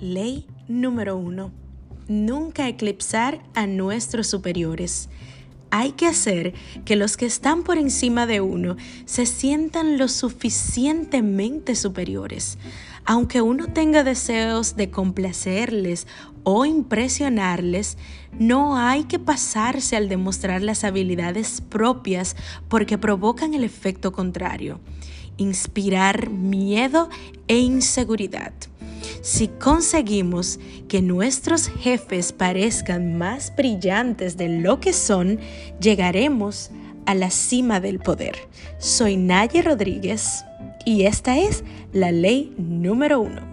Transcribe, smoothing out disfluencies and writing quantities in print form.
Ley número 1. Nunca eclipsar a nuestros superiores. Hay que hacer que los que están por encima de uno se sientan lo suficientemente superiores. Aunque uno tenga deseos de complacerles o impresionarles, no hay que pasarse al demostrar las habilidades propias porque provocan el efecto contrario: inspirar miedo e inseguridad. Si conseguimos que nuestros jefes parezcan más brillantes de lo que son, llegaremos a la cima del poder. Soy Naye Rodríguez y esta es la ley número 1.